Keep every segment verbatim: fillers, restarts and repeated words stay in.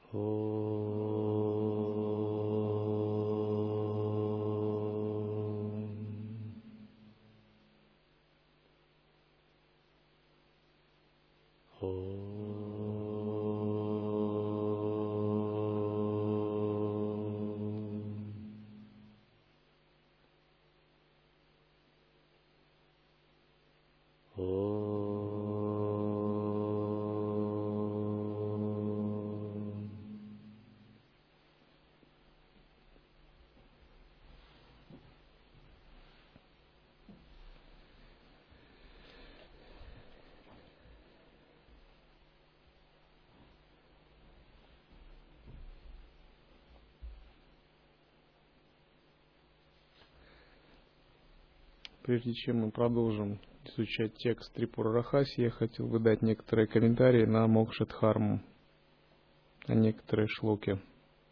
Прежде чем мы продолжим изучать текст Трипура Рахаси, я хотел бы дать некоторые комментарии на Мокша-дхарму, на некоторые шлоки.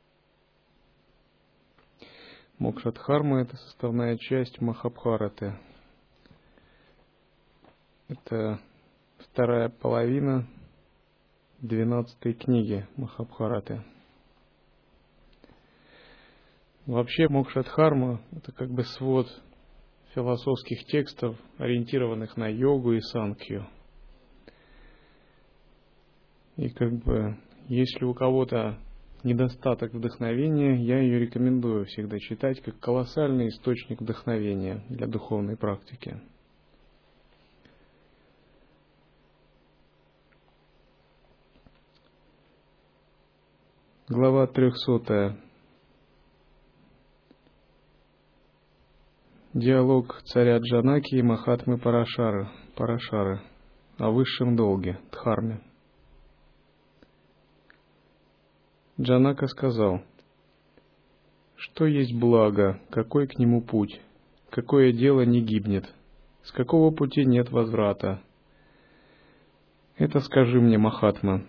Мокша-дхарма — это составная часть Махабхараты. Это вторая половина двенадцатой книги Махабхараты. Вообще Мокша-дхарма — это как бы свод философских текстов, ориентированных на йогу и санкхью. И как бы, если у кого-то недостаток вдохновения, я ее рекомендую всегда читать как колоссальный источник вдохновения для духовной практики. Глава трехсотая. Диалог царя Джанаки и Махатмы Парашары, Парашары о высшем долге, дхарме. Джанака сказал: «Что есть благо, какой к нему путь, какое дело не гибнет, с какого пути нет возврата? Это скажи мне, Махатма».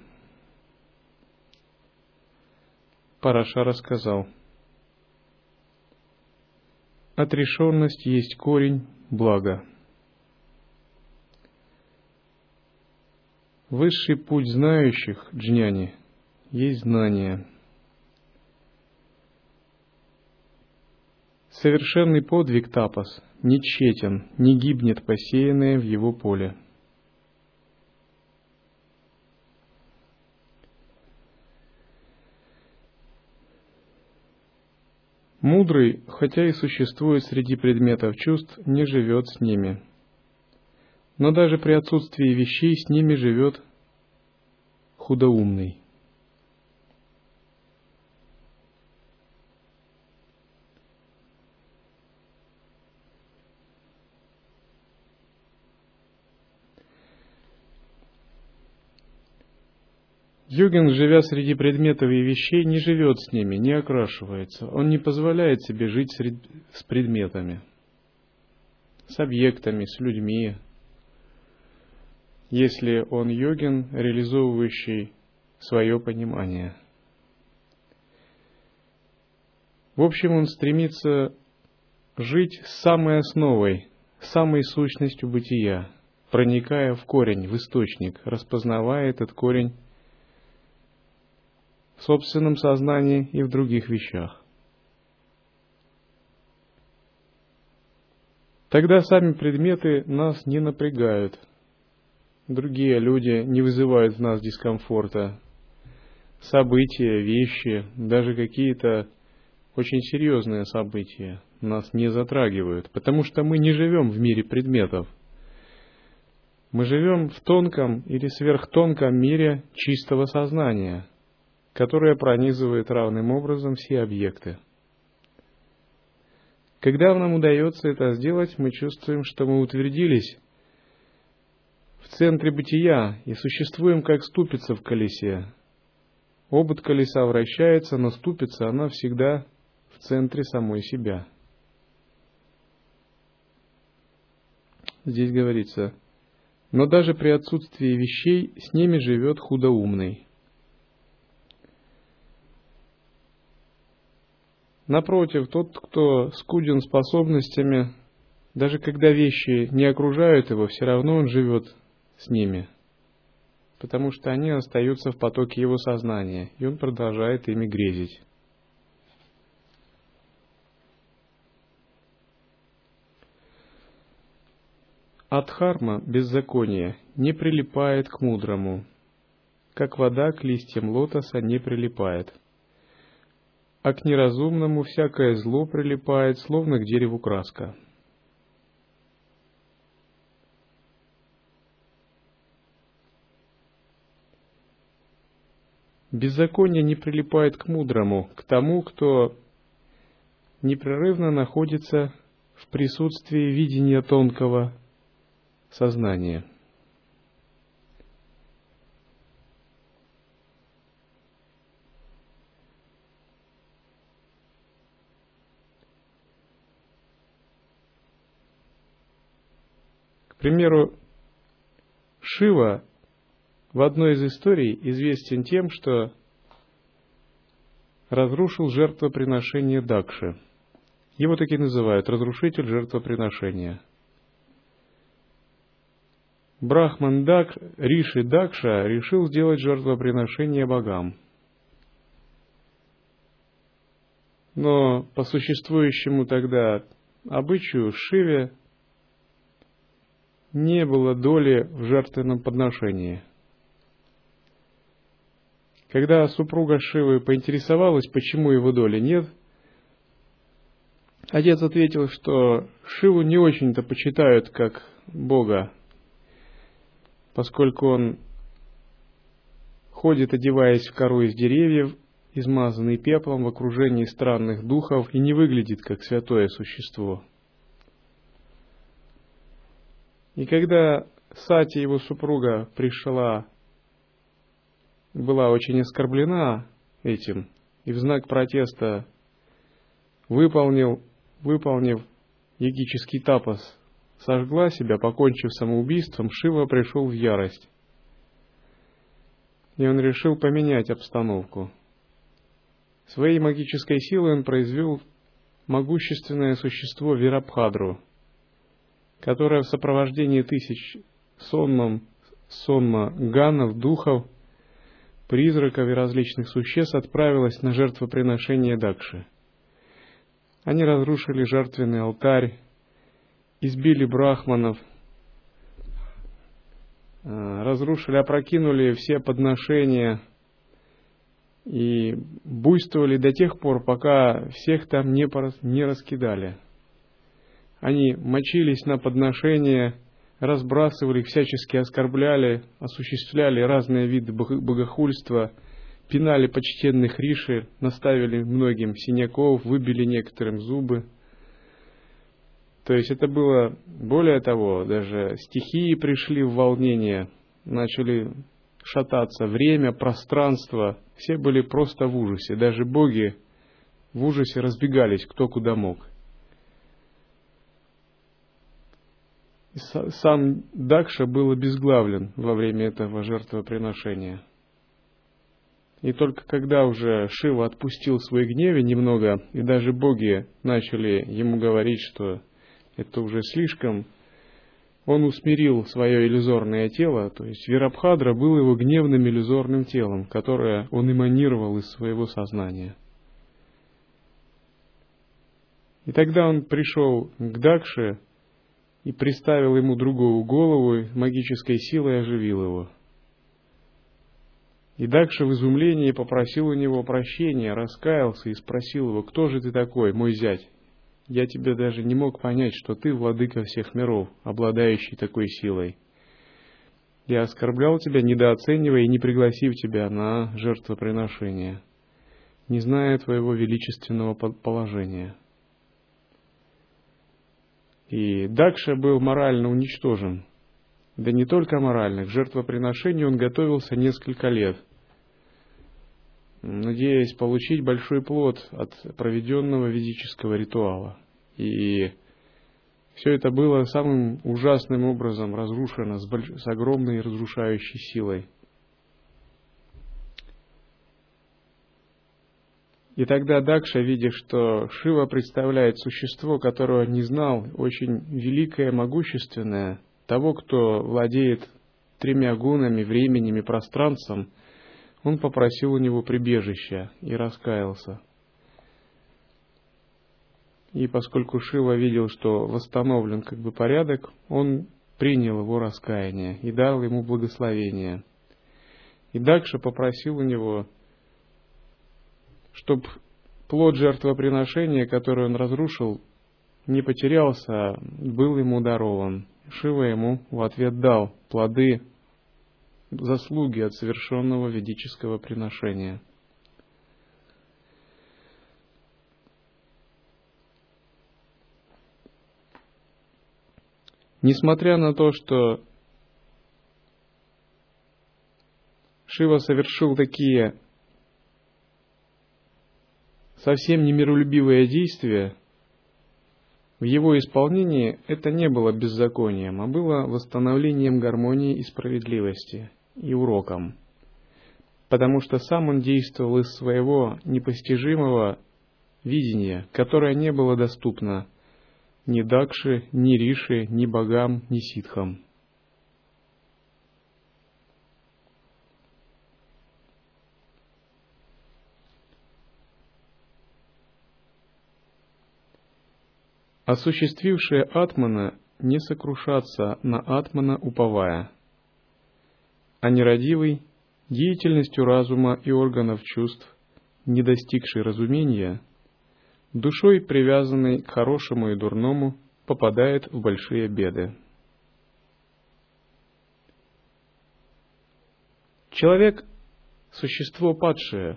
Парашара сказал: «Отрешенность есть корень блага. Высший путь знающих, джняни, есть знание. Совершенный подвиг тапас не тщетен, не гибнет посеянное в его поле». Мудрый, хотя и существует среди предметов чувств, не живет с ними. Но даже при отсутствии вещей с ними живет худоумный. Йогин, живя среди предметов и вещей, не живет с ними, не окрашивается. Он не позволяет себе жить с предметами, с объектами, с людьми. Если он йогин, реализовывающий свое понимание. В общем, он стремится жить с самой основой, самой сущностью бытия, проникая в корень, в источник, распознавая этот корень в собственном сознании и в других вещах. Тогда сами предметы нас не напрягают, другие люди не вызывают в нас дискомфорта, события, вещи, даже какие-то очень серьезные события нас не затрагивают, потому что мы не живем в мире предметов. Мы живем в тонком или сверхтонком мире чистого сознания, которое пронизывает равным образом все объекты. Когда нам удается это сделать, мы чувствуем, что мы утвердились в центре бытия и существуем как ступица в колесе. Обод колеса вращается, но ступица, она всегда в центре самой себя. Здесь говорится: но даже при отсутствии вещей с ними живет худоумный. Напротив, тот, кто скуден способностями, даже когда вещи не окружают его, все равно он живет с ними. потому что они остаются в потоке его сознания, и он продолжает ими грезить. Адхарма, беззаконие, не прилипает к мудрому, как вода к листьям лотоса не прилипает, а к неразумному всякое зло прилипает, словно к дереву краска. Беззаконие не прилипает к мудрому, к тому, кто непрерывно находится в присутствии видения тонкого сознания. К примеру, Шива в одной из историй известен тем, что разрушил жертвоприношение Дакши. Его таки называют разрушитель жертвоприношения. Брахман Дак, Риши Дакша решил сделать жертвоприношение богам. Но по существующему тогда обычаю Шиве не было доли в жертвенном подношении. Когда супруга Шивы поинтересовалась, почему его доли нет, отец ответил, что Шиву не очень-то почитают как бога, поскольку он ходит, одеваясь в кору из деревьев, измазанный пеплом в окружении странных духов, и не выглядит как святое существо. И когда Сати, его супруга, пришла, была очень оскорблена этим, и в знак протеста выполнил, выполнив ягический тапас, сожгла себя, покончив самоубийством, Шива пришел в ярость. И он решил поменять обстановку. Своей магической силой он произвел могущественное существо Вирабхадру, которое в сопровождении тысяч сонмом, сонма ганов, духов, призраков и различных существ отправилось на жертвоприношение Дакши. Они разрушили жертвенный алтарь, избили брахманов, разрушили, опрокинули все подношения и буйствовали до тех пор, пока всех там не, порас, не раскидали. Они мочились на подношения, разбрасывали, всячески оскорбляли, осуществляли разные виды богохульства, пинали почтенных риши, наставили многим синяков, выбили некоторым зубы. То есть это было, более того, даже стихии пришли в волнение, начали шататься время, пространство, все были просто в ужасе, даже боги в ужасе разбегались кто куда мог. Сам Дакша был обезглавлен во время этого жертвоприношения. И только когда уже Шива отпустил свой гнев немного, и даже боги начали ему говорить, что это уже слишком, он усмирил свое иллюзорное тело, то есть Вирабхадра был его гневным иллюзорным телом, которое он эманировал из своего сознания. И тогда он пришел к Дакше и приставил ему другую голову, и магической силой оживил его. И Дакша в изумлении попросил у него прощения, раскаялся и спросил его: «Кто же ты такой, мой зять? Я тебя даже не мог понять, что ты владыка всех миров, обладающий такой силой. Я оскорблял тебя, недооценивая и не пригласив тебя на жертвоприношение, не зная твоего величественного положения». И Дакша был морально уничтожен. Да не только морально, к жертвоприношению он готовился несколько лет, надеясь получить большой плод от проведенного ведического ритуала. И все это было самым ужасным образом разрушено с, больш... с огромной разрушающей силой. И тогда Дакша, видя, что Шива представляет существо, которого не знал, очень великое, могущественное, того, кто владеет тремя гунами, временем и пространством, он попросил у него прибежища и раскаялся. И поскольку Шива видел, что восстановлен как бы порядок, он принял его раскаяние и дал ему благословение. И Дакша попросил у него, чтобы плод жертвоприношения, который он разрушил, не потерялся, а был ему дарован. Шива ему в ответ дал плоды, заслуги от совершенного ведического приношения. Несмотря на то, что Шива совершил такие совсем немиролюбивые действия, в его исполнении это не было беззаконием, а было восстановлением гармонии и справедливости и уроком, потому что сам он действовал из своего непостижимого видения, которое не было доступно ни Дакше, ни Риши, ни богам, ни ситхам. Осуществившие атмана не сокрушатся на атмана уповая, а нерадивый, деятельностью разума и органов чувств, не достигший разумения, душой привязанный к хорошему и дурному, попадает в большие беды. Человек – существо падшее,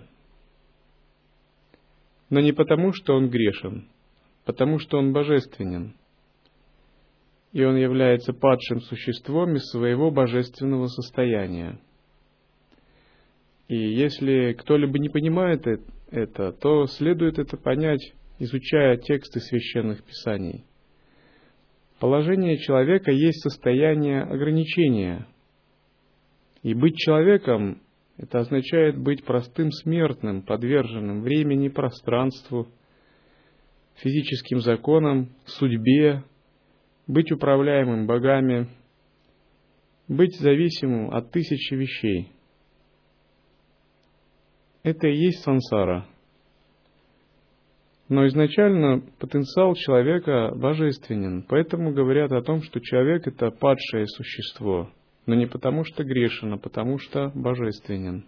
но не потому, что он грешен, потому что он божественен, и он является падшим существом из своего божественного состояния. И если кто-либо не понимает это, то следует это понять, изучая тексты священных писаний. Положение человека есть состояние ограничения, и быть человеком – это означает быть простым смертным, подверженным времени, пространству, физическим законам, судьбе, быть управляемым богами, быть зависимым от тысячи вещей. Это и есть сансара. Но изначально потенциал человека божественен, поэтому говорят о том, что человек – это падшее существо, но не потому что грешен, а потому что божественен.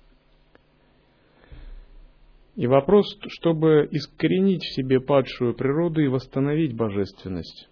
И вопрос, чтобы искоренить в себе падшую природу и восстановить божественность.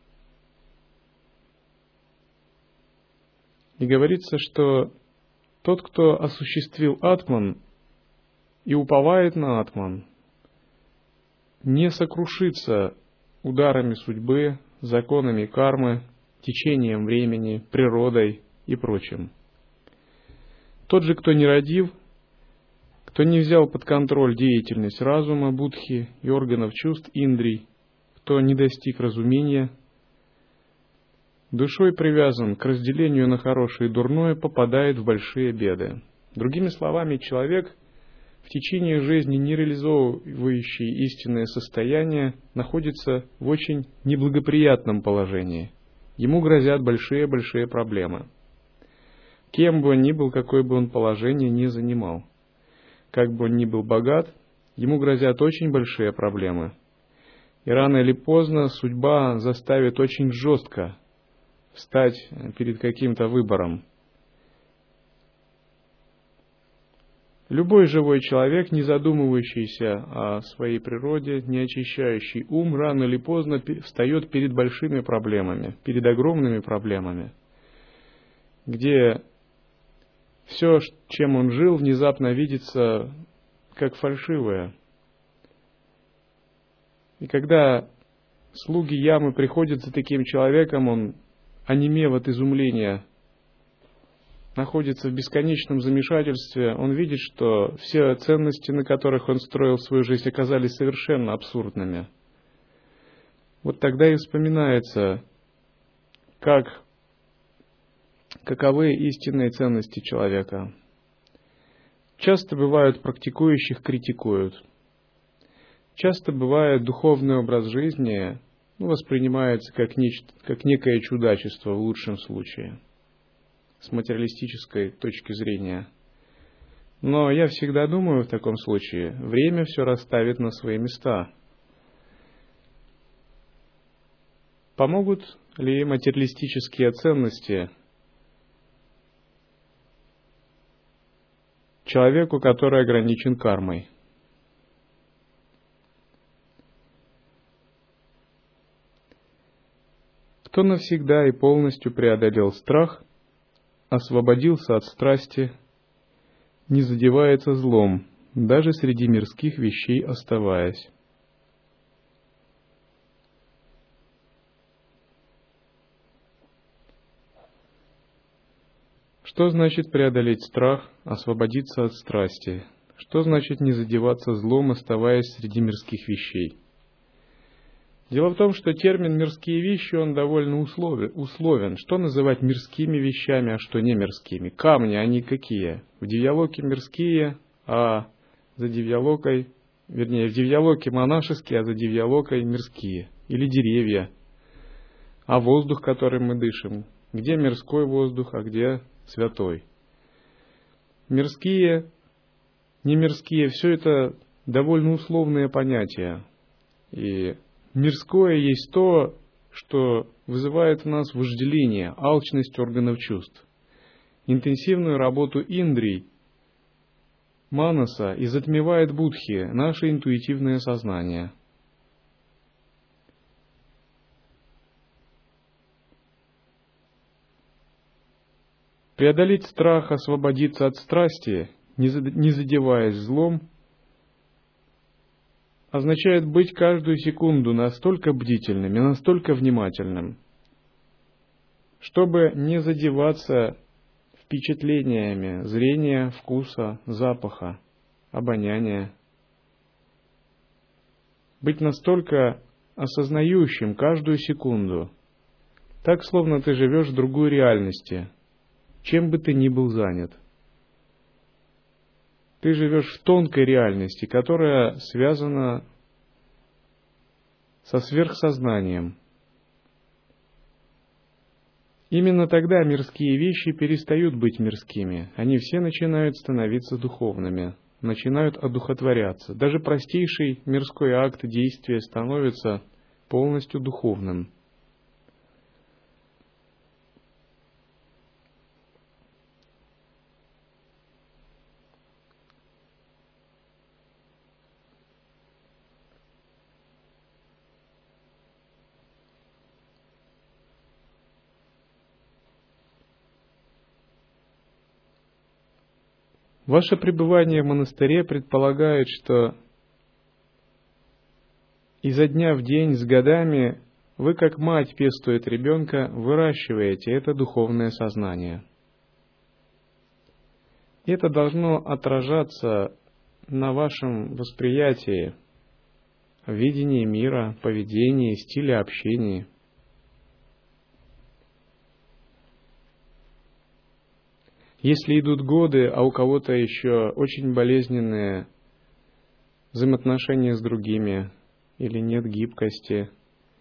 И говорится, что тот, кто осуществил атман и уповает на атман, не сокрушится ударами судьбы, законами кармы, течением времени, природой и прочим. Тот же, кто нерадив, кто не взял под контроль деятельность разума, будхи и органов чувств индрий, кто не достиг разумения, душой привязан к разделению на хорошее и дурное, попадает в большие беды. Другими словами, человек, в течение жизни не реализовывающий истинное состояние, находится в очень неблагоприятном положении. Ему грозят большие-большие проблемы. Кем бы он ни был, какое бы он положение ни занимал. Как бы он ни был богат, ему грозят очень большие проблемы. И рано или поздно судьба заставит очень жестко встать перед каким-то выбором. Любой живой человек, не задумывающийся о своей природе, не очищающий ум, рано или поздно встает перед большими проблемами, перед огромными проблемами, где все, чем он жил, внезапно видится как фальшивое. И когда слуги Ямы приходят за таким человеком, он, онемев от изумления, находится в бесконечном замешательстве, он видит, что все ценности, на которых он строил свою жизнь, оказались совершенно абсурдными. Вот тогда и вспоминается, как, каковы истинные ценности человека. Часто бывает, практикующих критикуют. Часто бывает, духовный образ жизни ну, воспринимается как, нечто, как некое чудачество в лучшем случае. с материалистической точки зрения. Но я всегда думаю в таком случае, время все расставит на свои места. Помогут ли материалистические ценности человеку, который ограничен кармой? Кто навсегда и полностью преодолел страх, освободился от страсти, не задевается злом, даже среди мирских вещей оставаясь. Что значит преодолеть страх, освободиться от страсти? Что значит не задеваться злом, оставаясь среди мирских вещей? Дело в том, что термин «мирские вещи», он довольно условен. Что называть мирскими вещами, а что не мирскими? Камни, они какие? В Дивьялоке мирские, а за Дивьялокой, вернее, в Дивьялоке монашеские, а за Дивьялокой мирские. Или деревья. А воздух, которым мы дышим? Где мирской воздух, а где святой? Мирские, не мирские, все это довольно условные понятия. И мирское есть то, что вызывает в нас вожделение, алчность органов чувств, интенсивную работу индрий, манаса и затмевает будхи, наше интуитивное сознание. Преодолеть страх, освободиться от страсти, не задеваясь злом, означает быть каждую секунду настолько бдительным и настолько внимательным, чтобы не задеваться впечатлениями зрения, вкуса, запаха, обоняния. Быть настолько осознающим каждую секунду, так, словно ты живешь в другой реальности, чем бы ты ни был занят. Ты живешь в тонкой реальности, которая связана со сверхсознанием. Именно тогда мирские вещи перестают быть мирскими. Они все начинают становиться духовными, начинают одухотворяться. Даже простейший мирской акт действия становится полностью духовным. Ваше пребывание в монастыре предполагает, что изо дня в день с годами вы, как мать пестует ребенка, выращиваете это духовное сознание. И это должно отражаться на вашем восприятии, видении мира, поведении, стиле общения. Если идут годы, а у кого-то еще очень болезненные взаимоотношения с другими, или нет гибкости,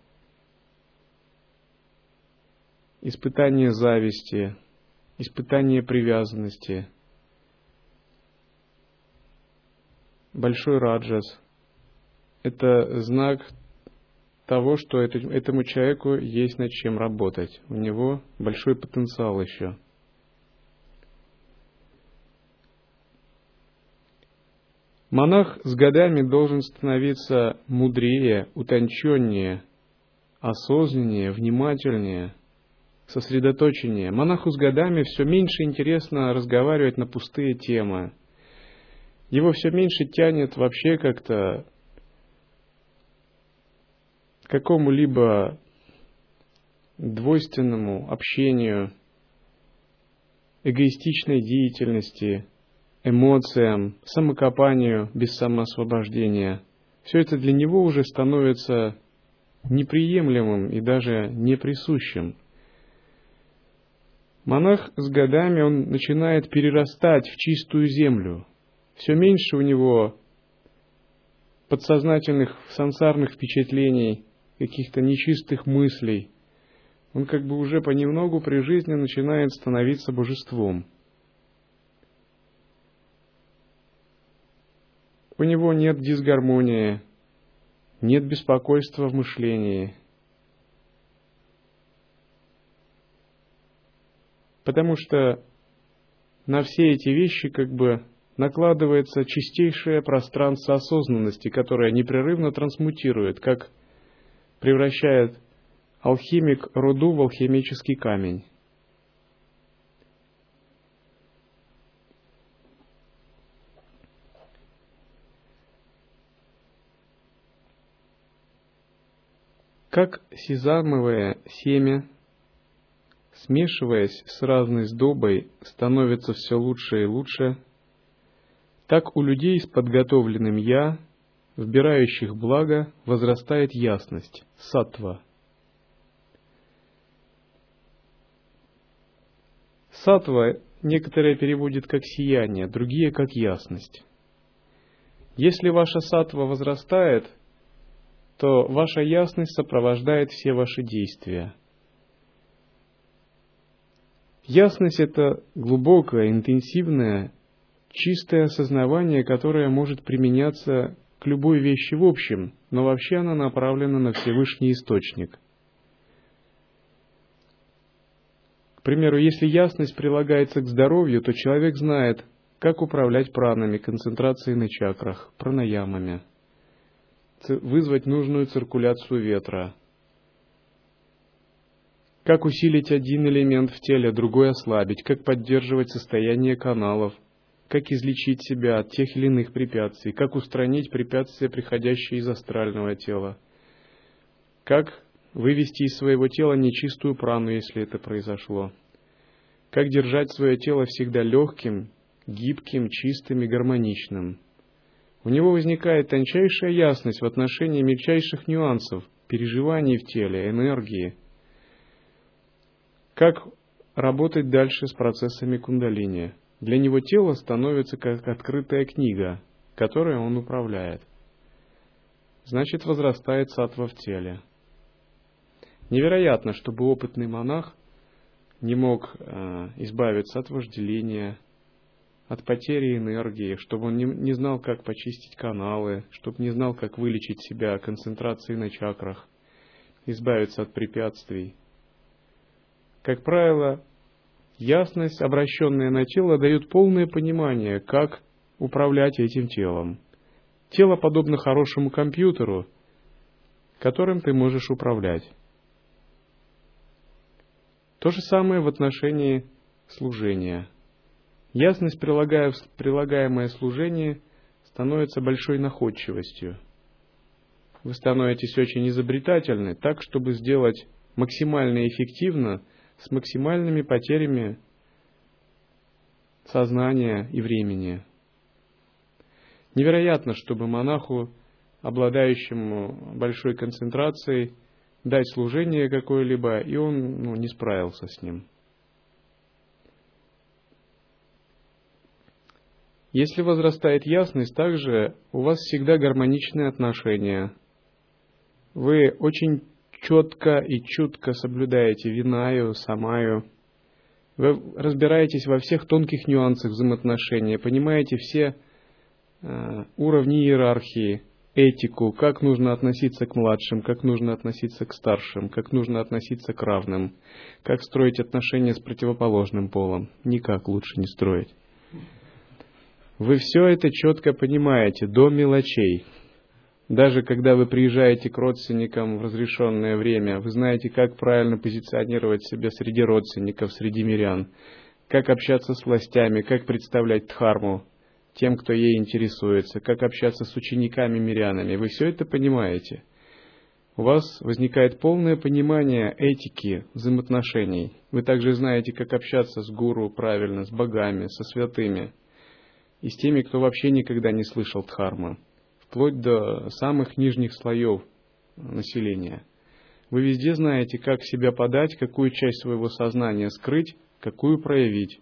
испытание зависти, испытание привязанности, большой раджас – это знак того, что этому человеку есть над чем работать, у него большой потенциал еще. Монах с годами должен становиться мудрее, утонченнее, осознаннее, внимательнее, сосредоточеннее. Монаху с годами все меньше интересно разговаривать на пустые темы. Его все меньше тянет вообще как-то к какому-либо двойственному общению, эгоистичной деятельности, эмоциям, самокопанию без самоосвобождения. Все это для него уже становится неприемлемым и даже неприсущим. Монах с годами, он начинает перерастать в чистую землю. Все меньше у него подсознательных сансарных впечатлений, каких-то нечистых мыслей. он как бы уже понемногу при жизни начинает становиться божеством. У него нет дисгармонии, нет беспокойства в мышлении. Потому что на все эти вещи как бы накладывается чистейшее пространство осознанности, которое непрерывно трансмутирует, как превращает алхимик руду в алхимический камень. Как сезамовое семя, смешиваясь с разной сдобой, становится все лучше и лучше, так у людей с подготовленным «я», вбирающих благо, возрастает ясность, саттва. Саттва некоторые переводят как сияние, другие как ясность. Если ваша саттва возрастает, то ваша ясность сопровождает все ваши действия. Ясность — это глубокое, интенсивное, чистое осознавание, которое может применяться к любой вещи в общем, но вообще она направлена на Всевышний Источник. К примеру, если ясность прилагается к здоровью, то человек знает, как управлять пранами, концентрацией на чакрах, пранаямами, вызвать нужную циркуляцию ветра, как усилить один элемент в теле, другой ослабить, как поддерживать состояние каналов, как излечить себя от тех или иных препятствий, как устранить препятствия, приходящие из астрального тела, как вывести из своего тела нечистую прану, если это произошло, как держать свое тело всегда легким, гибким, чистым и гармоничным. У него возникает тончайшая ясность в отношении мельчайших нюансов, переживаний в теле, энергии. Как работать дальше с процессами кундалини? Для него тело становится как открытая книга, которой он управляет. Значит, возрастает саттва в теле. Невероятно, чтобы опытный монах не мог э, избавиться от вожделения, от потери энергии, чтобы он не, не знал, как почистить каналы, чтобы не знал, как вылечить себя концентрацией на чакрах, избавиться от препятствий. Как правило, ясность, обращенная на тело, дает полное понимание, как управлять этим телом. Тело подобно хорошему компьютеру, которым ты можешь управлять. То же самое в отношении служения. Ясность, прилагаемая в служении, становится большой находчивостью. Вы становитесь очень изобретательны, так, чтобы сделать максимально эффективно, с максимальными потерями сознания и времени. Невероятно, чтобы монаху, обладающему большой концентрацией, дать служение какое-либо, и он ну, не справился с ним. Если возрастает ясность, также у вас всегда гармоничные отношения. Вы очень четко и чутко соблюдаете винаю, самаю. Вы разбираетесь во всех тонких нюансах взаимоотношения, понимаете все э, уровни иерархии, этику, как нужно относиться к младшим, как нужно относиться к старшим, как нужно относиться к равным, как строить отношения с противоположным полом. Никак лучше не строить. Вы все это четко понимаете, до мелочей. Даже когда вы приезжаете к родственникам в разрешенное время, вы знаете, как правильно позиционировать себя среди родственников, среди мирян, как общаться с властями, как представлять дхарму тем, кто ей интересуется, как общаться с учениками-мирянами. Вы все это понимаете. У вас возникает полное понимание этики взаимоотношений. Вы также знаете, как общаться с гуру правильно, с богами, со святыми и с теми, кто вообще никогда не слышал дхармы, вплоть до самых нижних слоев населения. Вы везде знаете, как себя подать, какую часть своего сознания скрыть, какую проявить.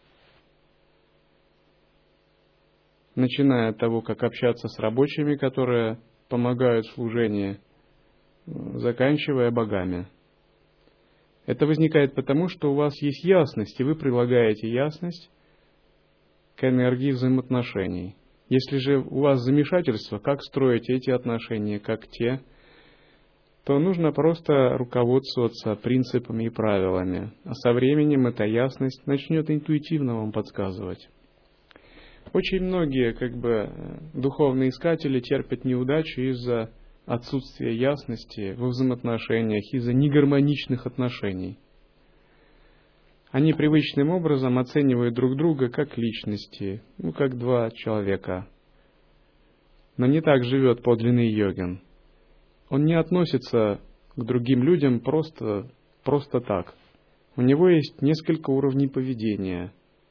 Начиная от того, как общаться с рабочими, которые помогают в служении, заканчивая богами. Это возникает потому, что у вас есть ясность, и вы прилагаете ясность к энергии взаимоотношений. Если же у вас замешательство, как строить эти отношения, как те, то нужно просто руководствоваться принципами и правилами. А со временем эта ясность начнет интуитивно вам подсказывать. Очень многие как бы духовные искатели терпят неудачу из-за отсутствия ясности во взаимоотношениях, из-за негармоничных отношений. Они привычным образом оценивают друг друга как личности, ну, как два человека. Но не так живет подлинный йогин. Он не относится к другим людям просто, просто так. У него есть несколько уровней поведения.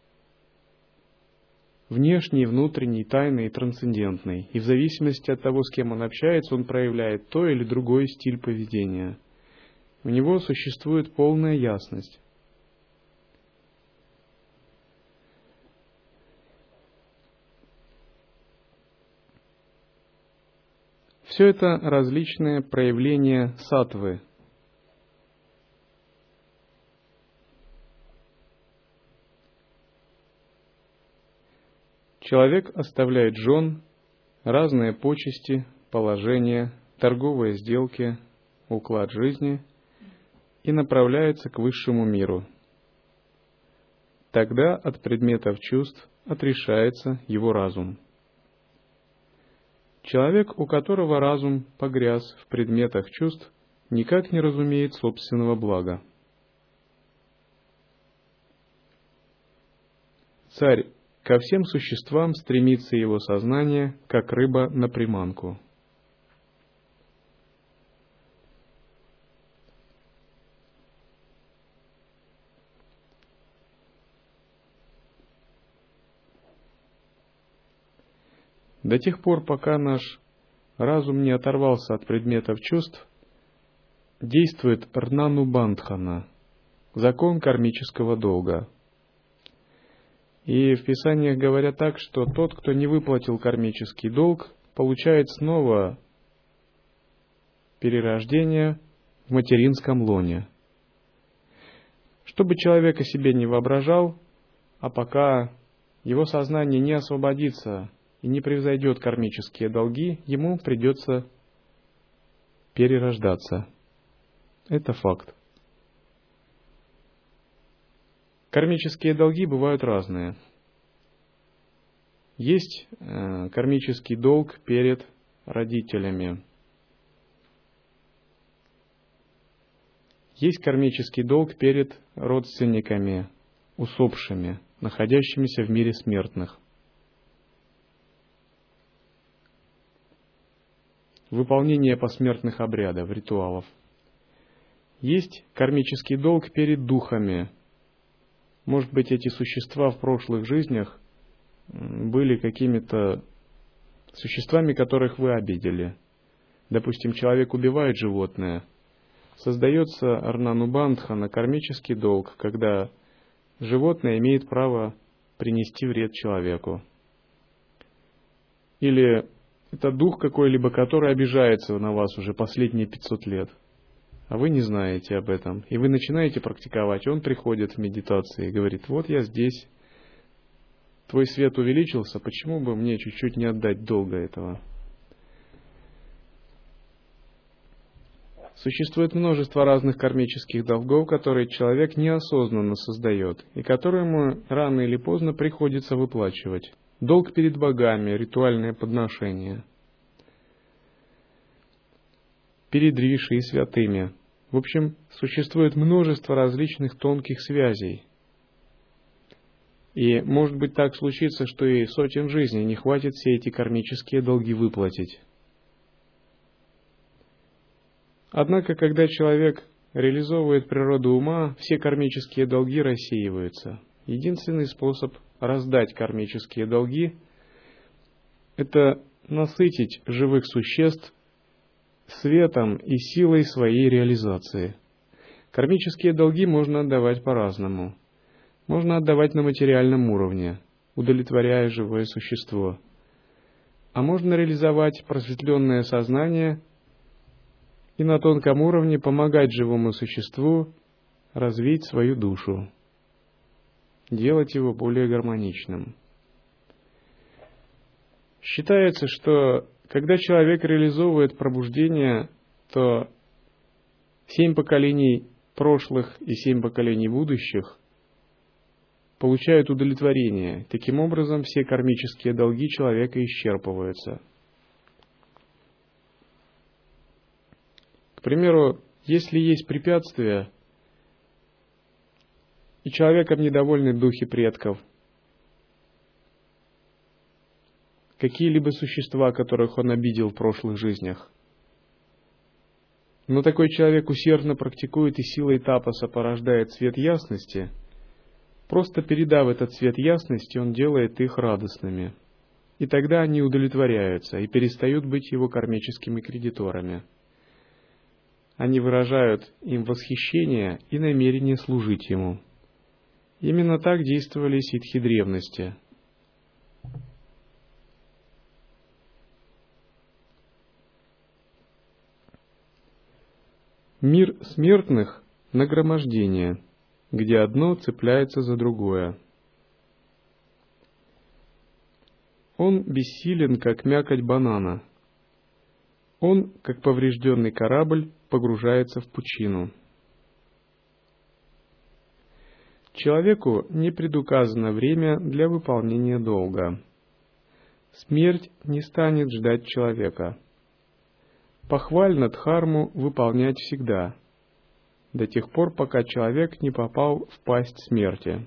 Внешний, внутренний, тайный и трансцендентный. И в зависимости от того, с кем он общается, он проявляет то или другой стиль поведения. У него существует полная ясность. Все это различные проявления саттвы. Человек оставляет жен, разные почести, положения, торговые сделки, уклад жизни и направляется к высшему миру. Тогда от предметов чувств отрешается его разум. Человек, у которого разум погряз в предметах чувств, никак не разумеет собственного блага. Царь ко всем существам стремится его сознание, как рыба на приманку. До тех пор, пока наш разум не оторвался от предметов чувств, действует рнанубандхана, закон кармического долга. И в Писаниях говорят так, что тот, кто не выплатил кармический долг, получает снова перерождение в материнском лоне. Чтобы человек о себе не воображал, а пока его сознание не освободится и не превзойдет кармические долги, ему придется перерождаться. Это факт. Кармические долги бывают разные. Есть э, кармический долг перед родителями. Есть кармический долг перед родственниками, усопшими, находящимися в мире смертных. Выполнение посмертных обрядов, ритуалов. Есть кармический долг перед духами. Может быть, эти существа в прошлых жизнях были какими-то существами, которых вы обидели. Допустим, человек убивает животное. Создается рнанубандхана, кармический долг, когда животное имеет право принести вред человеку. Или это дух какой-либо, который обижается на вас уже последние пятьсот лет. А вы не знаете об этом. И вы начинаете практиковать. Он приходит в медитации и говорит: вот я здесь. Твой свет увеличился, почему бы мне чуть-чуть не отдать долга этого? Существует множество разных кармических долгов, которые человек неосознанно создает, и которые ему рано или поздно приходится выплачивать. Долг перед богами, ритуальное подношение. Перед риши и святыми. В общем, существует множество различных тонких связей. И может быть так случится, что и сотен жизней не хватит все эти кармические долги выплатить. Однако, когда человек реализовывает природу ума, все кармические долги рассеиваются. Единственный способ раздать кармические долги – это насытить живых существ светом и силой своей реализации. Кармические долги можно отдавать по-разному. Можно отдавать на материальном уровне, удовлетворяя живое существо. А можно реализовать просветленное сознание и на тонком уровне помогать живому существу развить свою душу, делать его более гармоничным. Считается, что когда человек реализовывает пробуждение, то семь поколений прошлых и семь поколений будущих получают удовлетворение. Таким образом, все кармические долги человека исчерпываются. К примеру, если есть препятствия, и человеком недовольны духи предков, какие-либо существа, которых он обидел в прошлых жизнях, но такой человек усердно практикует и силой тапаса порождает свет ясности, просто передав этот свет ясности, он делает их радостными. И тогда они удовлетворяются и перестают быть его кармическими кредиторами. Они выражают им восхищение и намерение служить ему. Именно так действовали ситхи древности. Мир смертных – нагромождение, где одно цепляется за другое. Он бессилен, как мякоть банана. Он, как поврежденный корабль, погружается в пучину. Человеку не предуказано время для выполнения долга. Смерть не станет ждать человека. Похвально дхарму выполнять всегда, до тех пор, пока человек не попал в пасть смерти.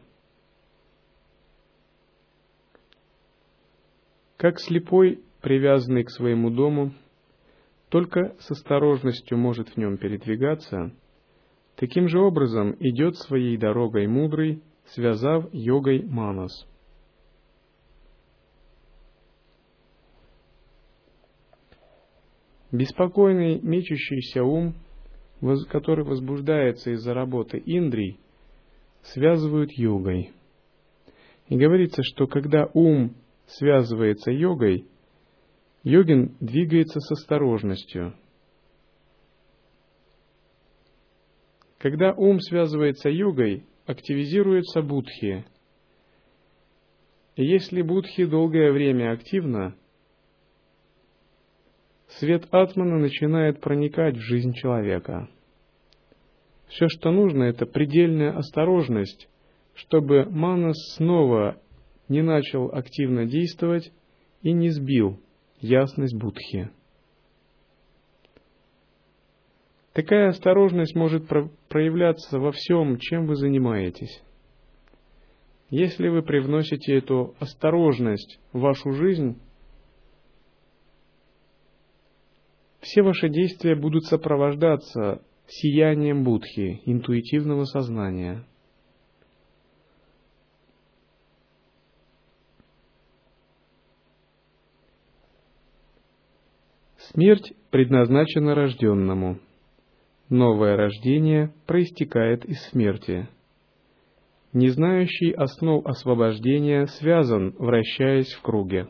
Как слепой, привязанный к своему дому, только с осторожностью может в нем передвигаться, таким же образом идет своей дорогой мудрый, связав йогой манас. Беспокойный, мечущийся ум, который возбуждается из-за работы индрий, связывают йогой. И говорится, что когда ум связывается йогой, йогин двигается с осторожностью. Когда ум связывается йогой, активизируются будхи. И если будхи долгое время активно, свет атмана начинает проникать в жизнь человека. Все, что нужно, это предельная осторожность, чтобы манас снова не начал активно действовать и не сбил ясность будхи. Такая осторожность может про- проявляться во всем, чем вы занимаетесь. Если вы привносите эту осторожность в вашу жизнь, все ваши действия будут сопровождаться сиянием будхи, интуитивного сознания. Смерть предназначена рожденному. Новое рождение проистекает из смерти. Не знающий основ освобождения связан, вращаясь в круге.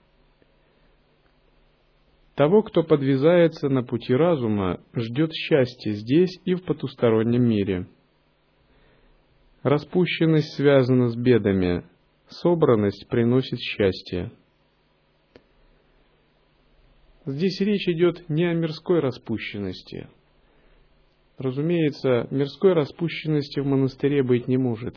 Того, кто подвязается на пути разума, ждет счастье здесь и в потустороннем мире. Распущенность связана с бедами, собранность приносит счастье. Здесь речь идет не о мирской распущенности. Разумеется, мирской распущенности в монастыре быть не может.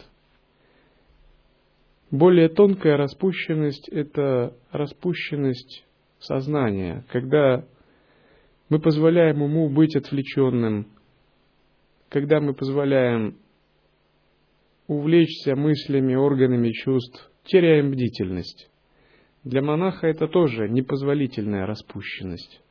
Более тонкая распущенность – это распущенность сознания, когда мы позволяем уму быть отвлеченным, когда мы позволяем увлечься мыслями, органами чувств, теряем бдительность. Для монаха это тоже непозволительная распущенность.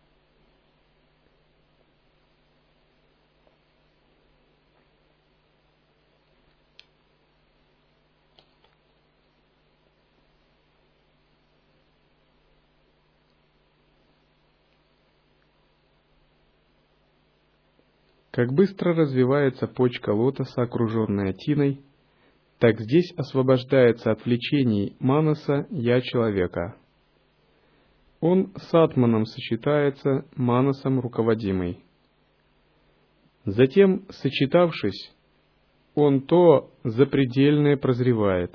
Как быстро развивается почка лотоса, окруженная тиной, так здесь освобождается от влечений манаса «я человека». Он с атманом сочетается, манасом руководимый. Затем, сочетавшись, он то запредельное прозревает.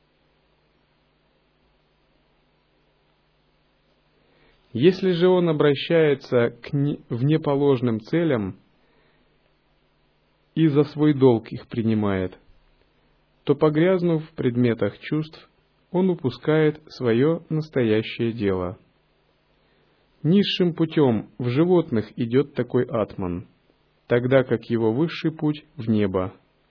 Если же он обращается к внеположным целям и за свой долг их принимает, то, погрязнув в предметах чувств, он упускает свое настоящее дело. Низшим путем в животных идет такой атман, тогда как его высший путь в небо.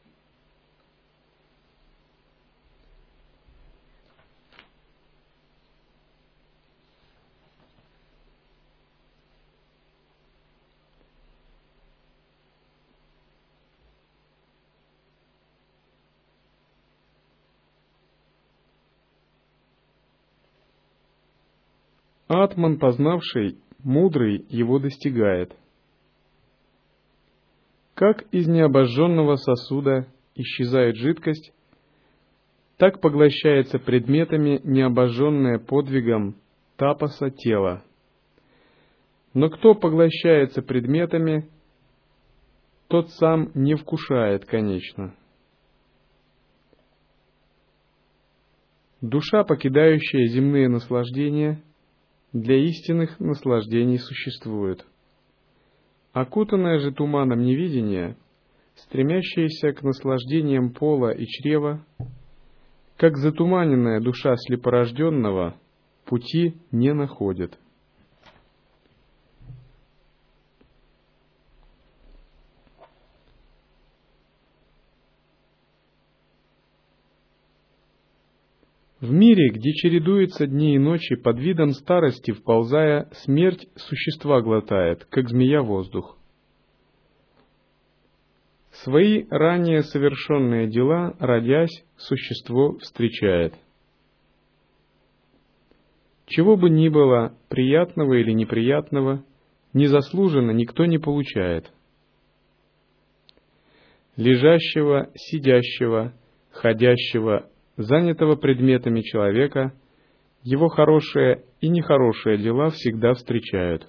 Атман, познавший, мудрый его достигает. Как из необожженного сосуда исчезает жидкость, так поглощается предметами необожженное подвигом тапаса тело. Но кто поглощается предметами, тот сам не вкушает конечно. Душа, покидающая земные наслаждения, для истинных наслаждений существует. Окутанная же туманом невидения, стремящаяся к наслаждениям пола и чрева, как затуманенная душа слепорожденного, пути не находит. В мире, где чередуются дни и ночи, под видом старости вползая, смерть существа глотает, как змея воздух. Свои ранее совершенные дела, родясь, существо встречает. Чего бы ни было, приятного или неприятного, незаслуженно никто не получает. Лежащего, сидящего, ходящего, занятого предметами человека, его хорошие и нехорошие дела всегда встречают.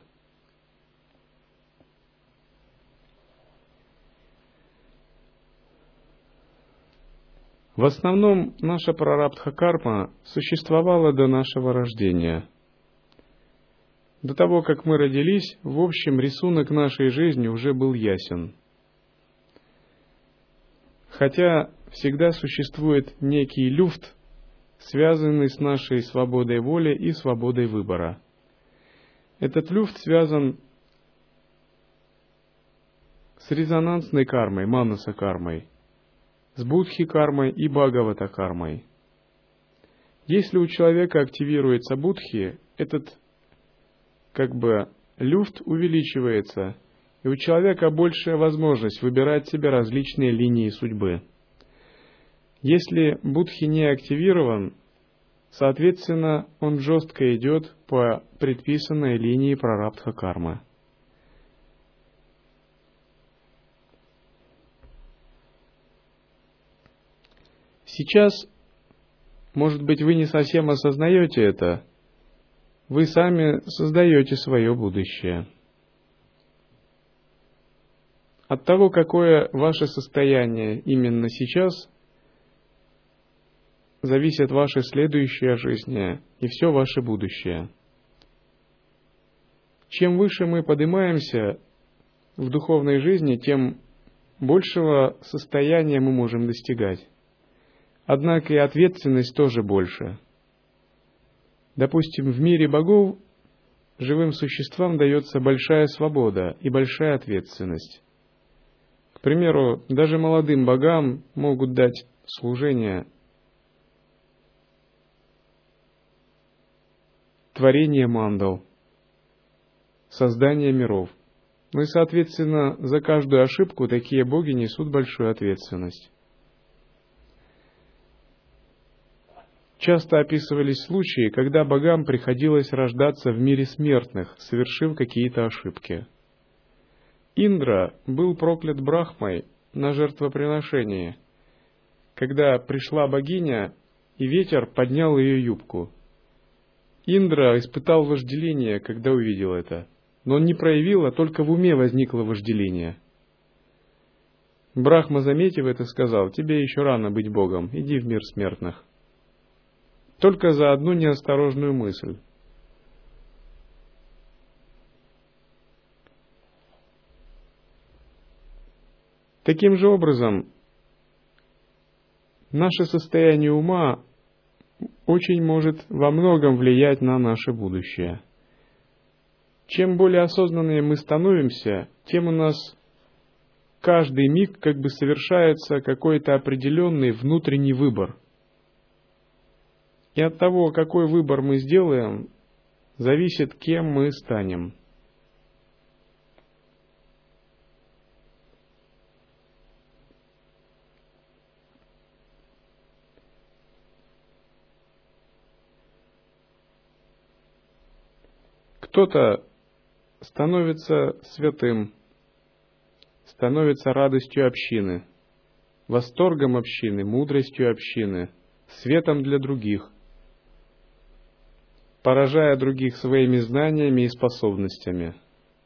В основном наша прарабдха-карма существовала до нашего рождения. До того, как мы родились, в общем, рисунок нашей жизни уже был ясен. Хотя всегда существует некий люфт, связанный с нашей свободой воли и свободой выбора. Этот люфт связан с резонансной кармой, манаса-кармой, с будхи-кармой и бхагавата-кармой. Если у человека активируется будхи, этот как бы люфт увеличивается, и у человека большая возможность выбирать себе различные линии судьбы. Если будхи не активирован, соответственно, он жестко идет по предписанной линии прарабдха-кармы. Сейчас, может быть, вы не совсем осознаете это, вы сами создаете свое будущее. От того, какое ваше состояние именно сейчас, зависит ваша следующая жизнь и все ваше будущее. Чем выше мы поднимаемся в духовной жизни, тем большего состояния мы можем достигать. Однако и ответственность тоже больше. Допустим, в мире богов живым существам дается большая свобода и большая ответственность. К примеру, даже молодым богам могут дать служение творение мандал, создание миров. Ну и, соответственно, за каждую ошибку такие боги несут большую ответственность. Часто описывались случаи, когда богам приходилось рождаться в мире смертных, совершив какие-то ошибки. Индра был проклят Брахмой на жертвоприношении, когда пришла богиня, и ветер поднял ее юбку. Индра испытал вожделение, когда увидел это, но он не проявил, а только в уме возникло вожделение. Брахма, заметив это, сказал: «Тебе еще рано быть Богом, иди в мир смертных». Только за одну неосторожную мысль. Таким же образом, наше состояние ума очень может во многом влиять на наше будущее. Чем более осознанными мы становимся, тем у нас каждый миг как бы совершается какой-то определенный внутренний выбор. И от того, какой выбор мы сделаем, зависит, кем мы станем. Кто-то становится святым, становится радостью общины, восторгом общины, мудростью общины, светом для других, поражая других своими знаниями и способностями.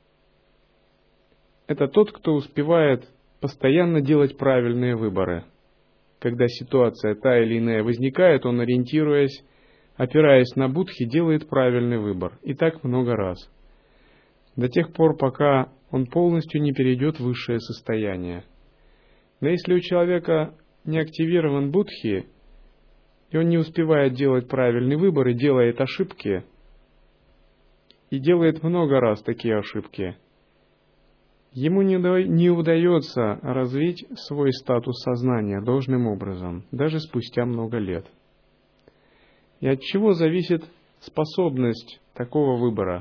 Это тот, кто успевает постоянно делать правильные выборы. Когда ситуация та или иная возникает, он, ориентируясь, опираясь на будхи, делает правильный выбор. И так много раз. До тех пор, пока он полностью не перейдет в высшее состояние. Но если у человека не активирован будхи, и он не успевает делать правильный выбор и делает ошибки, и делает много раз такие ошибки, ему не, до... не удается развить свой статус сознания должным образом, даже спустя много лет. И от чего зависит способность такого выбора?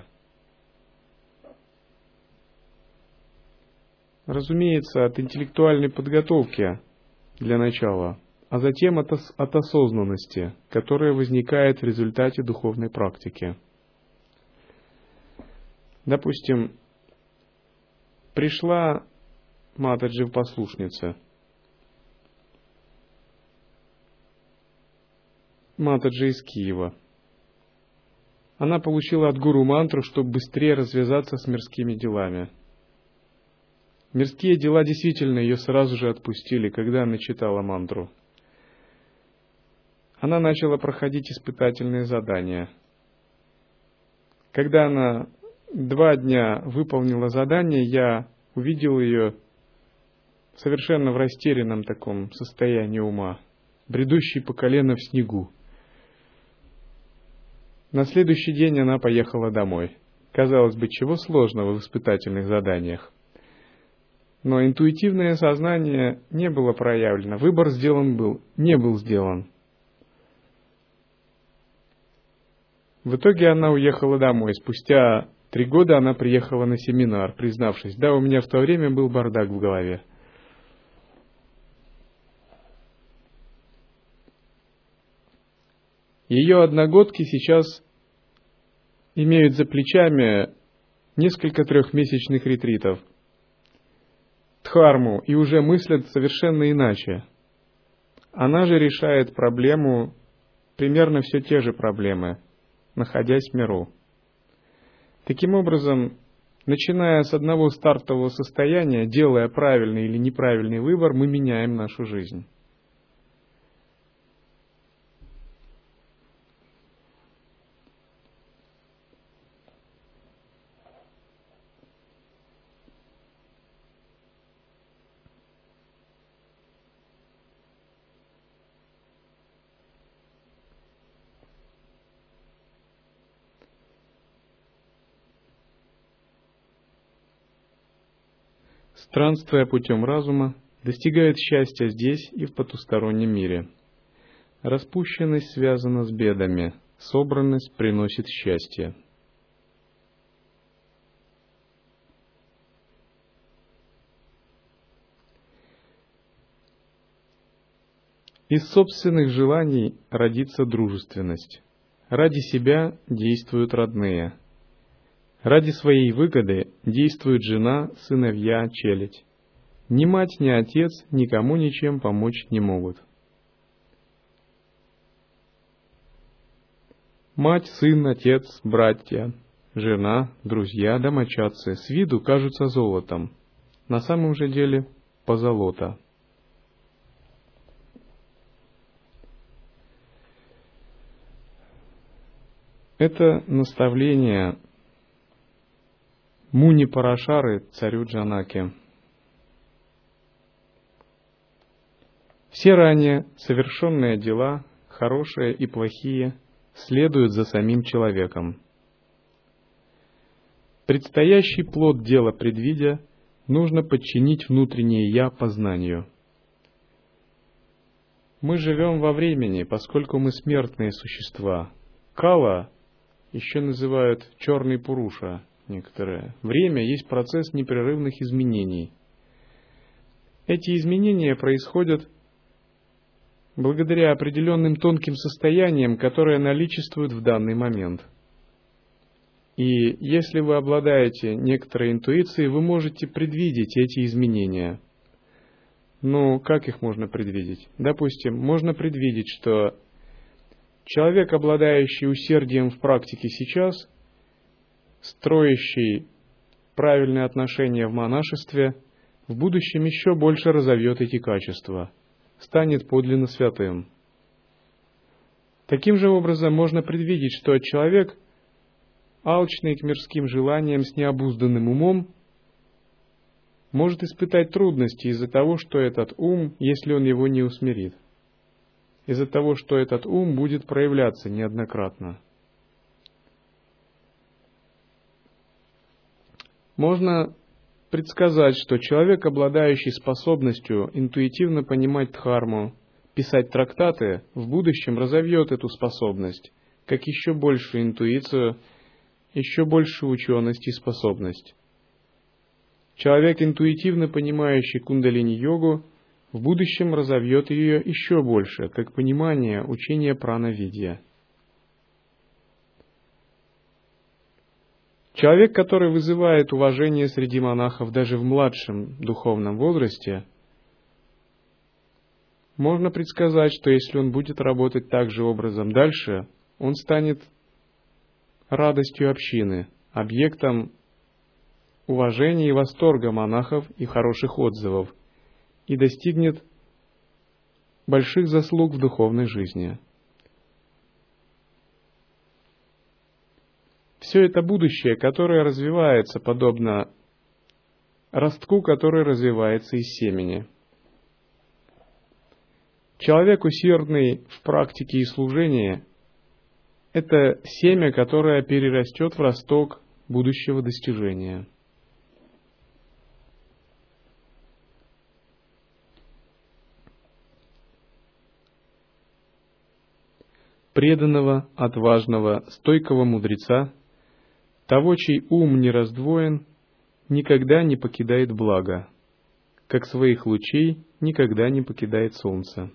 Разумеется, от интеллектуальной подготовки для начала, а затем от, ос- от осознанности, которая возникает в результате духовной практики. Допустим, пришла Матаджи в послушнице. Матаджи из Киева. Она получила от гуру мантру, чтобы быстрее развязаться с мирскими делами. Мирские дела действительно ее сразу же отпустили, когда она читала мантру. Она начала проходить испытательные задания. Когда она два дня выполнила задание, я увидел ее совершенно в растерянном таком состоянии ума, бредущей по колено в снегу. На следующий день она поехала домой. Казалось бы, чего сложного в испытательных заданиях. Но интуитивное сознание не было проявлено, выбор сделан был, не был сделан. В итоге она уехала домой. Спустя три года она приехала на семинар, признавшись: да, у меня в то время был бардак в голове. Ее одногодки сейчас имеют за плечами несколько трехмесячных ретритов, дхарму, и уже мыслят совершенно иначе. Она же решает проблему, примерно все те же проблемы, находясь в миру. Таким образом, начиная с одного стартового состояния, делая правильный или неправильный выбор, мы меняем нашу жизнь. Странствуя путем разума, достигает счастья здесь и в потустороннем мире. Распущенность связана с бедами, собранность приносит счастье. Из собственных желаний родится дружественность. Ради себя действуют родные. Ради своей выгоды действует жена, сыновья, челядь. Ни мать, ни отец никому ничем помочь не могут. Мать, сын, отец, братья, жена, друзья, домочадцы с виду кажутся золотом. На самом же деле позолота. Это наставление Муни Парашары царю Джанаке. Все ранее совершенные дела, хорошие и плохие, следуют за самим человеком. Предстоящий плод дела предвидя, нужно подчинить внутреннее «я» познанию. Мы живем во времени, поскольку мы смертные существа. Кала еще называют черный пуруша некоторые. Время есть процесс непрерывных изменений. Эти изменения происходят благодаря определенным тонким состояниям, которые наличествуют в данный момент. И если вы обладаете некоторой интуицией, вы можете предвидеть эти изменения. Ну, как их можно предвидеть? Допустим, можно предвидеть, что человек, обладающий усердием в практике сейчас, строящий правильные отношения в монашестве, в будущем еще больше разовьет эти качества, станет подлинно святым. Таким же образом можно предвидеть, что человек, алчный к мирским желаниям с необузданным умом, может испытать трудности из-за того, что этот ум, если он его не усмирит, из-за того, что этот ум будет проявляться неоднократно. Можно предсказать, что человек, обладающий способностью интуитивно понимать дхарму, писать трактаты, в будущем разовьет эту способность, как еще большую интуицию, еще большую ученость и способность. Человек, интуитивно понимающий кундалини-йогу, в будущем разовьет ее еще больше, как понимание учения прана-видья. Человек, который вызывает уважение среди монахов даже в младшем духовном возрасте, можно предсказать, что если он будет работать также образом дальше, он станет радостью общины, объектом уважения и восторга монахов и хороших отзывов, и достигнет больших заслуг в духовной жизни. Все это будущее, которое развивается подобно ростку, который развивается из семени. Человек, усердный в практике и служении, это семя, которое перерастет в росток будущего достижения. Преданного, отважного, стойкого мудреца, того, чей ум не раздвоен, никогда не покидает благо, как своих лучей никогда не покидает солнце.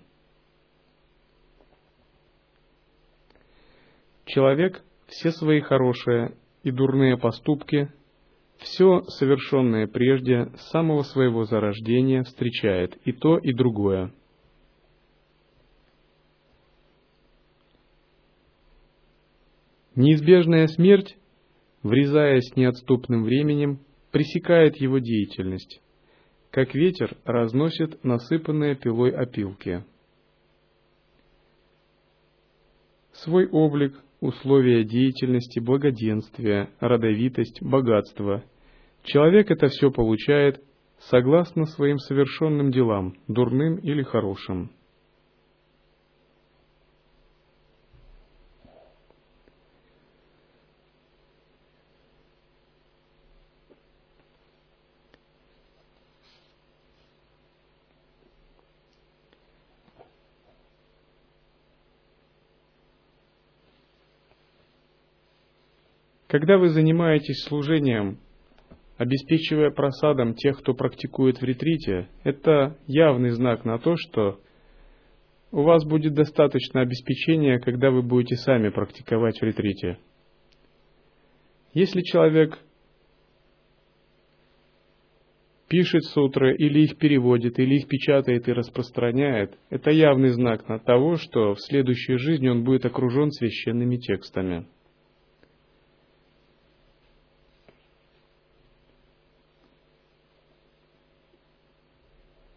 Человек все свои хорошие и дурные поступки, все совершенное прежде с самого своего зарождения встречает и то, и другое. Неизбежная смерть, врезаясь неотступным временем, пресекает его деятельность, как ветер разносит насыпанные пилой опилки. Свой облик, условия деятельности, благоденствие, родовитость, богатство. Человек это все получает согласно своим совершенным делам, дурным или хорошим. Когда вы занимаетесь служением, обеспечивая просадом тех, кто практикует в ретрите, это явный знак на то, что у вас будет достаточно обеспечения, когда вы будете сами практиковать в ретрите. Если человек пишет сутры, или их переводит, или их печатает и распространяет, это явный знак на того, что в следующей жизни он будет окружен священными текстами.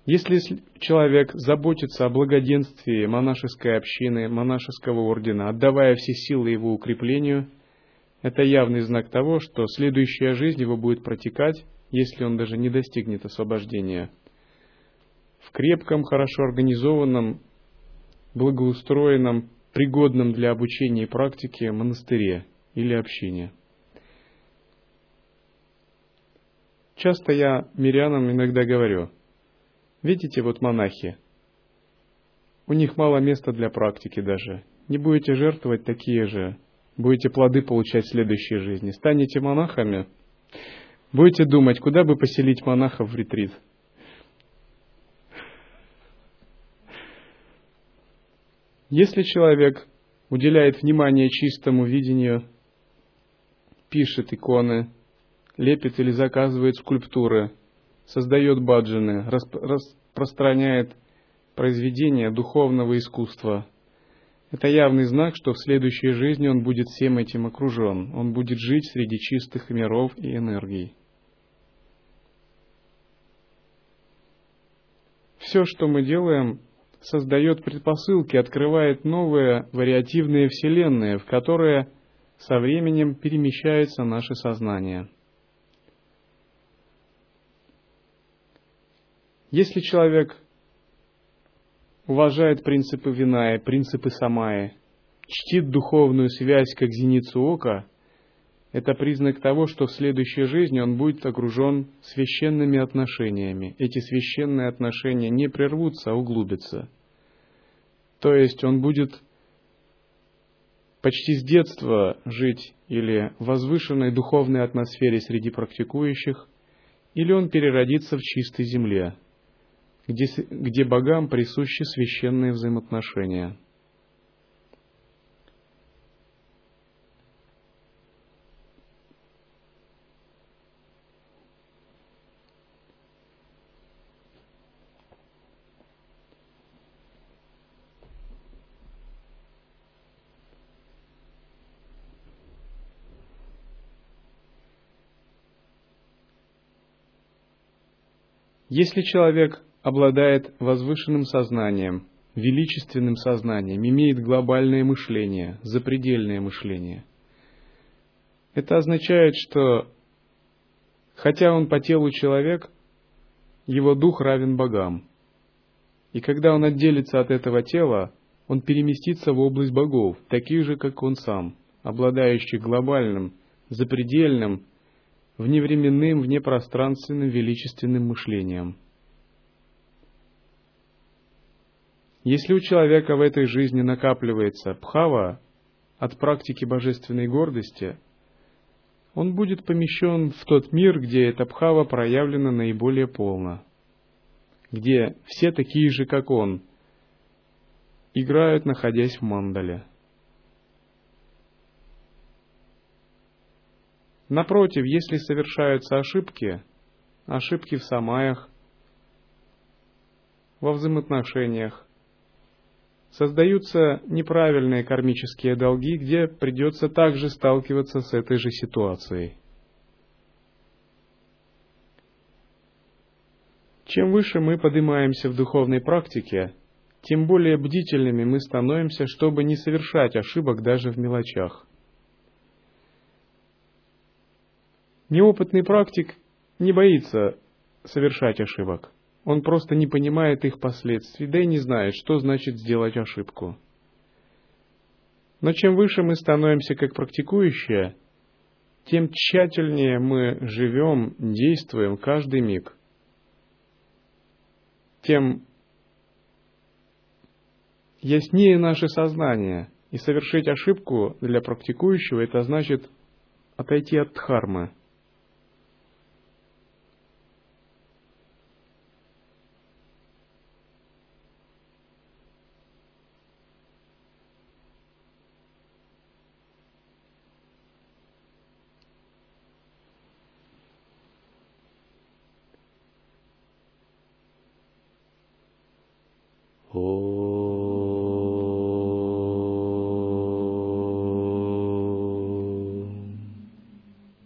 Если человек заботится о благоденствии монашеской общины, монашеского ордена, отдавая все силы его укреплению, это явный знак того, что следующая жизнь его будет протекать, если он даже не достигнет освобождения, в крепком, хорошо организованном, благоустроенном, пригодном для обучения и практики монастыре или общине. Часто я мирянам иногда говорю: видите, вот монахи, у них мало места для практики даже. Не будете жертвовать, такие же будете плоды получать в следующей жизни. Станете монахами, будете думать, куда бы поселить монахов в ретрит. Если человек уделяет внимание чистому видению, пишет иконы, лепит или заказывает скульптуры, создает баджаны, распространяет произведения духовного искусства, это явный знак, что в следующей жизни он будет всем этим окружен, он будет жить среди чистых миров и энергий. Все, что мы делаем, создает предпосылки, открывает новые вариативные вселенные, в которые со временем перемещается наше сознание. Если человек уважает принципы Виная, принципы Самаи, чтит духовную связь как зеницу ока, это признак того, что в следующей жизни он будет окружен священными отношениями. Эти священные отношения не прервутся, а углубятся. То есть он будет почти с детства жить или в возвышенной духовной атмосфере среди практикующих, или он переродится в чистой земле, где, где богам присущи священные взаимоотношения. Если человек обладает возвышенным сознанием, величественным сознанием, имеет глобальное мышление, запредельное мышление, это означает, что хотя он по телу человек, его дух равен богам. И когда он отделится от этого тела, он переместится в область богов, таких же, как он сам, обладающих глобальным, запредельным, вневременным, внепространственным, величественным мышлением. Если у человека в этой жизни накапливается бхава от практики божественной гордости, он будет помещен в тот мир, где эта бхава проявлена наиболее полно, где все такие же, как он, играют, находясь в мандале. Напротив, если совершаются ошибки, ошибки в самаях, во взаимоотношениях, создаются неправильные кармические долги, где придется также сталкиваться с этой же ситуацией. Чем выше мы поднимаемся в духовной практике, тем более бдительными мы становимся, чтобы не совершать ошибок даже в мелочах. Неопытный практик не боится совершать ошибок. Он просто не понимает их последствий, да и не знает, что значит сделать ошибку. Но чем выше мы становимся как практикующие, тем тщательнее мы живем, действуем каждый миг. Тем яснее наше сознание. И совершить ошибку для практикующего — это значит отойти от дхармы.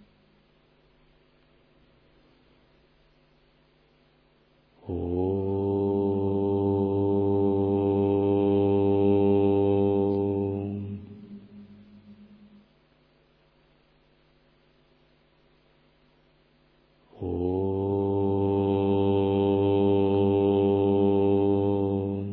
Oh. Ом.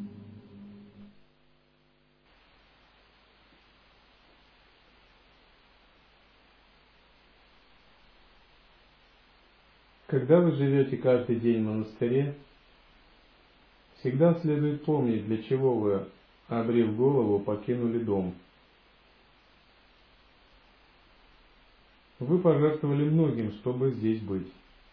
Когда вы живете каждый день в монастыре, всегда следует помнить, для чего вы, обрив голову, покинули дом. Вы пожертвовали многим, чтобы здесь быть.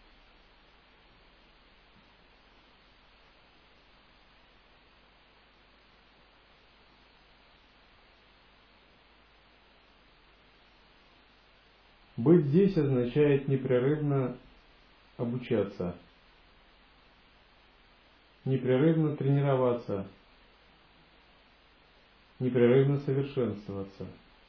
Быть здесь означает непрерывно обучаться, непрерывно тренироваться, непрерывно совершенствоваться.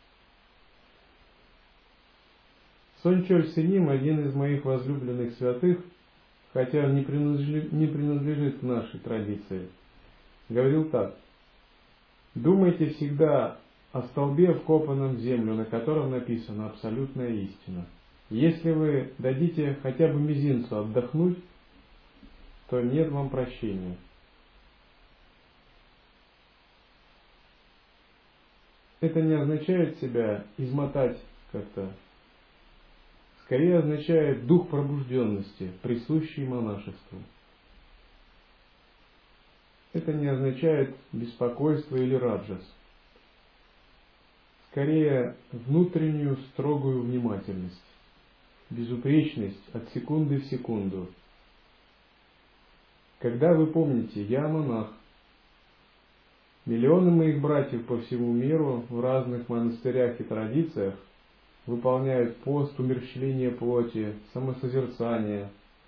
Сончоль Синим, один из моих возлюбленных святых, хотя он не принадлежит, не принадлежит к нашей традиции, говорил так: думайте всегда о столбе, вкопанном в землю, на котором написана абсолютная истина. Если вы дадите хотя бы мизинцу отдохнуть, то нет вам прощения. Это не означает себя измотать как-то. Скорее означает дух пробужденности, присущий монашеству. Это не означает беспокойство или раджас. Скорее внутреннюю строгую внимательность, безупречность от секунды в секунду. Когда вы помните: я монах, миллионы моих братьев по всему миру в разных монастырях и традициях выполняют пост, умерщвление плоти, самосозерцание,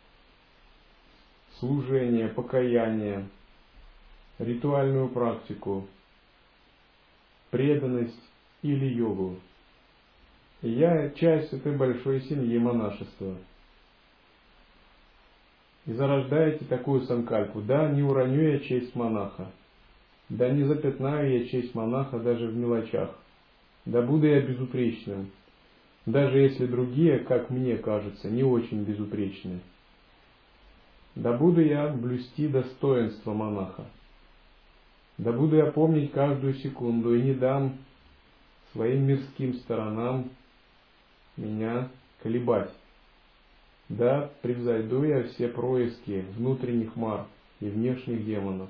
служение, покаяние, ритуальную практику, преданность или йогу. И я часть этой большой семьи монашества. И зарождаете такую санкальпу: да, не уроню я честь монаха, да не запятнаю я честь монаха даже в мелочах, да буду я безупречным, даже если другие, как мне кажется, не очень безупречны. Да буду я блюсти достоинство монаха, да буду я помнить каждую секунду и не дам своим мирским сторонам меня колебать. Да, превзойду я все происки внутренних мар и внешних демонов.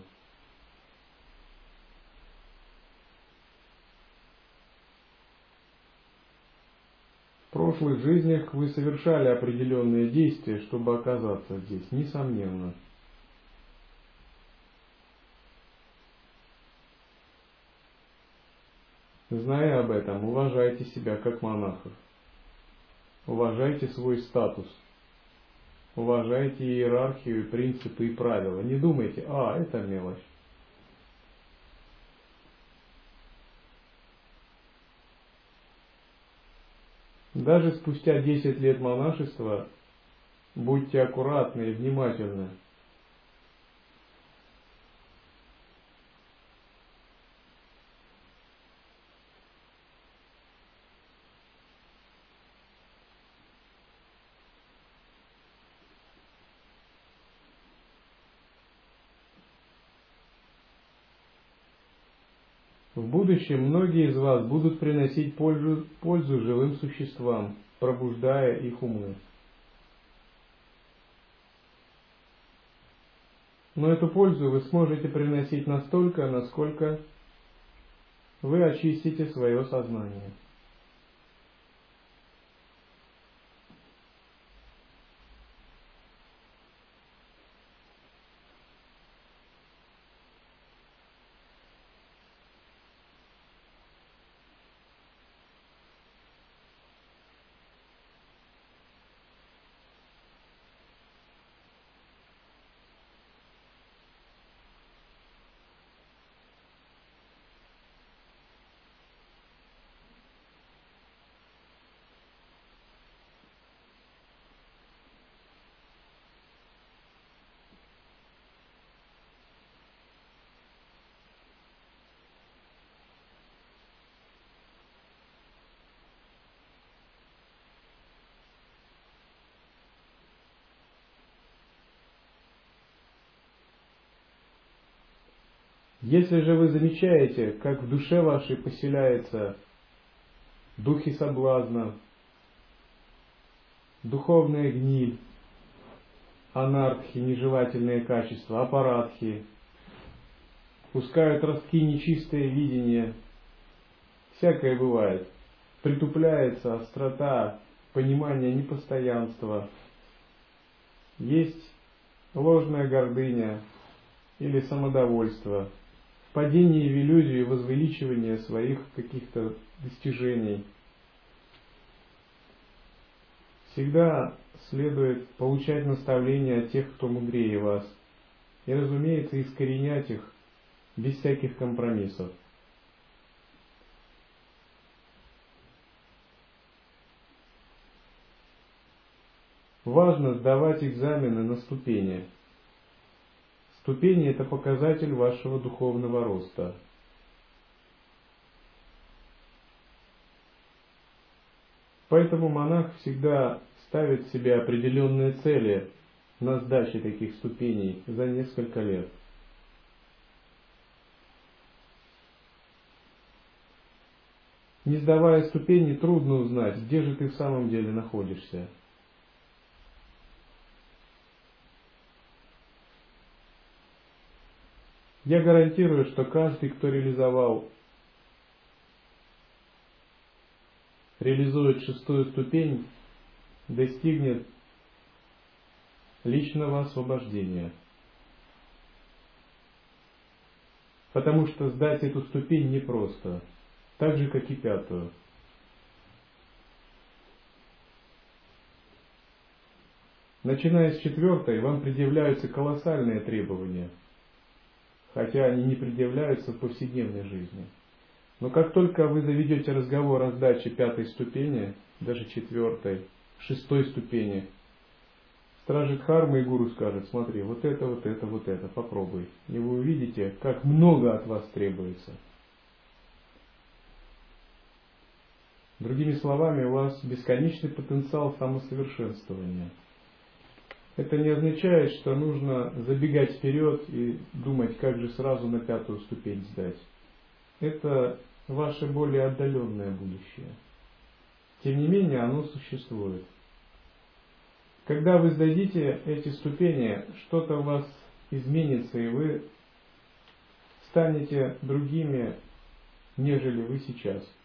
В прошлых жизнях вы совершали определенные действия, чтобы оказаться здесь, несомненно. Зная об этом, уважайте себя как монахов. Уважайте свой статус. Уважайте иерархию, принципы и правила. Не думайте: а, это мелочь. Даже спустя десять лет монашества будьте аккуратны и внимательны. В будущем многие из вас будут приносить пользу, пользу живым существам, пробуждая их умы. Но эту пользу вы сможете приносить настолько, насколько вы очистите свое сознание. Если же вы замечаете, как в душе вашей поселяется духи соблазна, духовная гниль, анархи, нежелательные качества, аппаратхи, пускают ростки нечистое видение, всякое бывает, притупляется острота понимания непостоянства, есть ложная гордыня или самодовольство, падение в иллюзию и возвеличивание своих каких-то достижений. Всегда следует получать наставления от тех, кто мудрее вас, и, разумеется, искоренять их без всяких компромиссов. Важно сдавать экзамены на ступени. Ступени – это показатель вашего духовного роста. Поэтому монах всегда ставит себе определенные цели на сдаче таких ступеней за несколько лет. Не сдавая ступени, трудно узнать, где же ты в самом деле находишься. Я гарантирую, что каждый, кто реализовал, реализует шестую ступень, достигнет личного освобождения. Потому что сдать эту ступень непросто, так же, как и пятую. Начиная с четвертой, вам предъявляются колоссальные требования, хотя они не предъявляются в повседневной жизни. Но как только вы заведете разговор о сдаче пятой ступени, даже четвертой, шестой ступени, стражи Дхармы и гуру скажет: смотри, вот это, вот это, вот это, попробуй. И вы увидите, как много от вас требуется. Другими словами, у вас бесконечный потенциал самосовершенствования. Это не означает, что нужно забегать вперед и думать, как же сразу на пятую ступень сдать. Это ваше более отдаленное будущее. Тем не менее, оно существует. Когда вы сдадите эти ступени, что-то у вас изменится, и вы станете другими, нежели вы сейчас.